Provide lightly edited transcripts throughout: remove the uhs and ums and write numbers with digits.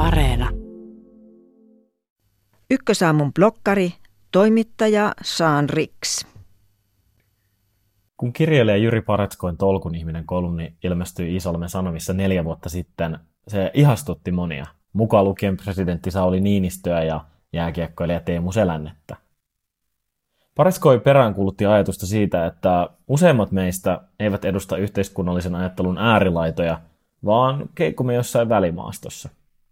Areena. Ykkösaamun blokkari, toimittaja Sean Ricks. Kun kirjailija Jyri Paretskoin Tolkun ihminen -kolumni ilmestyi Iisalmen Sanomissa 4 vuotta sitten, se ihastutti monia, mukaan lukien presidentti Sauli Niinistöä ja jääkiekkoilija Teemu Selännettä. Paretskoi peräänkuulutti ajatusta siitä, että useimmat meistä eivät edusta yhteiskunnallisen ajattelun äärilaitoja, vaan keikumme jossain välimaastossa.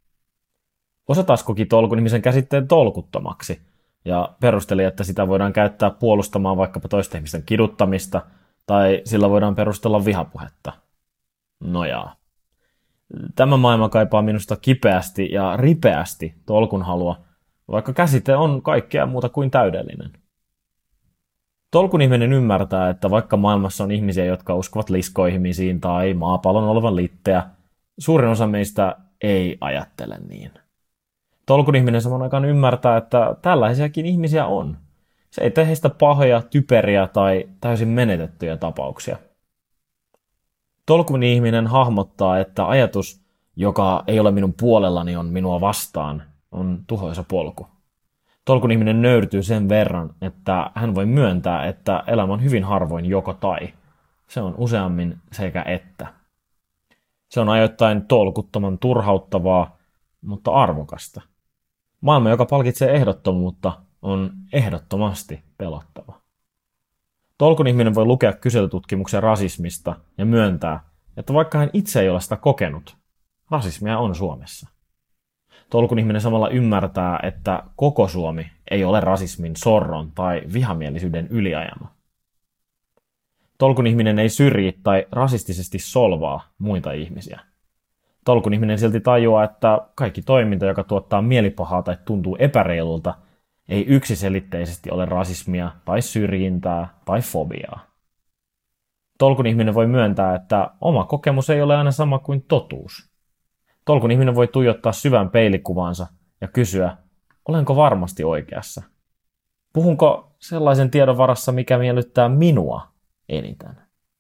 Osa taas koki Tolkun ihmisen käsitteen tolkuttomaksi ja perusteli, että sitä voidaan käyttää puolustamaan vaikkapa toisten ihmisten kiduttamista tai sillä voidaan perustella vihapuhetta. No jaa. Tämä maailma kaipaa minusta kipeästi ja ripeästi Tolkun halua, vaikka käsite on kaikkea muuta kuin täydellinen. Tolkun ihminen ymmärtää, että vaikka maailmassa on ihmisiä, jotka uskovat liskoihmisiin tai maapallon olevan litteä, suurin osa meistä ei ajattele niin. Tolkun ihminen saman aikaan ymmärtää, että tällaisiakin ihmisiä on. Se ei tee heistä pahoja, typeriä tai täysin menetettyjä tapauksia. Tolkun ihminen hahmottaa, että ajatus, joka ei ole minun puolellani, on minua vastaan, on tuhoisa polku. Tolkun ihminen nöyrtyy sen verran, että hän voi myöntää, että elämä on hyvin harvoin joko tai. Se on useammin sekä että. Se on ajoittain tolkuttoman turhauttavaa, mutta arvokasta. Maailma, joka palkitsee ehdottomuutta, on ehdottomasti pelottava. Tolkun ihminen voi lukea kyselytutkimuksen rasismista ja myöntää, että vaikka hän itse ei ole sitä kokenut, rasismia on Suomessa. Tolkun ihminen samalla ymmärtää, että koko Suomi ei ole rasismin, sorron tai vihamielisyyden yliajama. Tolkun ihminen ei syrji tai rasistisesti solvaa muita ihmisiä. Tolkun ihminen silti tajuaa, että kaikki toiminta, joka tuottaa mielipahaa tai tuntuu epäreilulta, ei yksiselitteisesti ole rasismia tai syrjintää tai fobiaa. Tolkun ihminen voi myöntää, että oma kokemus ei ole aina sama kuin totuus. Tolkun ihminen voi tuijottaa syvään peilikuvaansa ja kysyä, olenko varmasti oikeassa? Puhunko sellaisen tiedon varassa, mikä miellyttää minua eniten?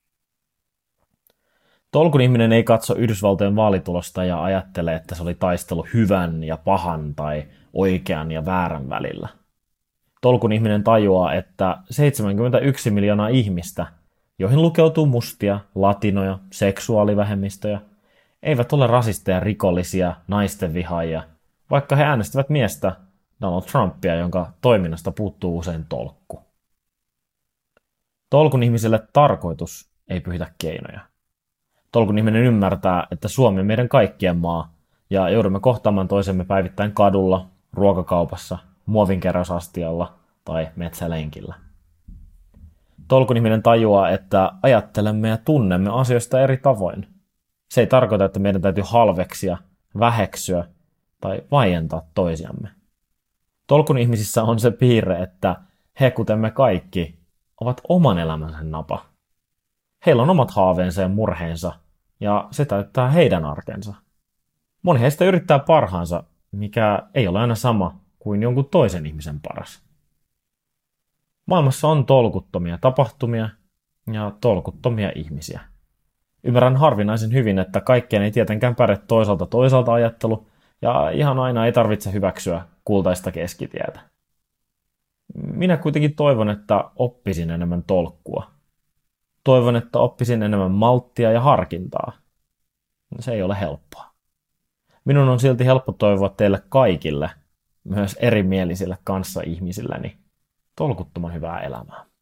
Tolkun ihminen ei katso Yhdysvaltojen vaalitulosta ja ajattele, että se oli taistelu hyvän ja pahan tai oikean ja väärän välillä. Tolkun ihminen tajuaa, että 71 miljoonaa ihmistä, joihin lukeutuu mustia, latinoja, seksuaalivähemmistöjä, eivät ole rasisteja, rikollisia, naisten vihaajia, vaikka he äänestävät miestä Donald Trumpia, jonka toiminnasta puuttuu usein tolkku. Tolkun ihmiselle tarkoitus ei pyhitä keinoja. Tolkun ihminen ymmärtää, että Suomi on meidän kaikkien maa, ja joudumme kohtaamaan toisemme päivittäin kadulla, ruokakaupassa, muovinkeräysastialla tai metsälenkillä. Tolkun ihminen tajuaa, että ajattelemme ja tunnemme asioista eri tavoin. Se ei tarkoita, että meidän täytyy halveksia, väheksyä tai vaientaa toisiamme. Tolkun ihmisissä on se piirre, että he, kuten me kaikki, ovat oman elämänsä napa. Heillä on omat haaveensa ja murheensa, ja se täyttää heidän arkensa. Moni heistä yrittää parhaansa, mikä ei ole aina sama kuin jonkun toisen ihmisen paras. Maailmassa on tolkuttomia tapahtumia ja tolkuttomia ihmisiä. Ymmärrän harvinaisen hyvin, että kaikkeen ei tietenkään pärjää toisaalta ajattelu, ja ihan aina ei tarvitse hyväksyä kultaista keskitietä. Minä kuitenkin toivon, että oppisin enemmän tolkkua. Toivon, että oppisin enemmän malttia ja harkintaa. Se ei ole helppoa. Minun on silti helppo toivoa teille kaikille, myös erimielisille kanssaihmisilleni, tolkuttoman hyvää elämää.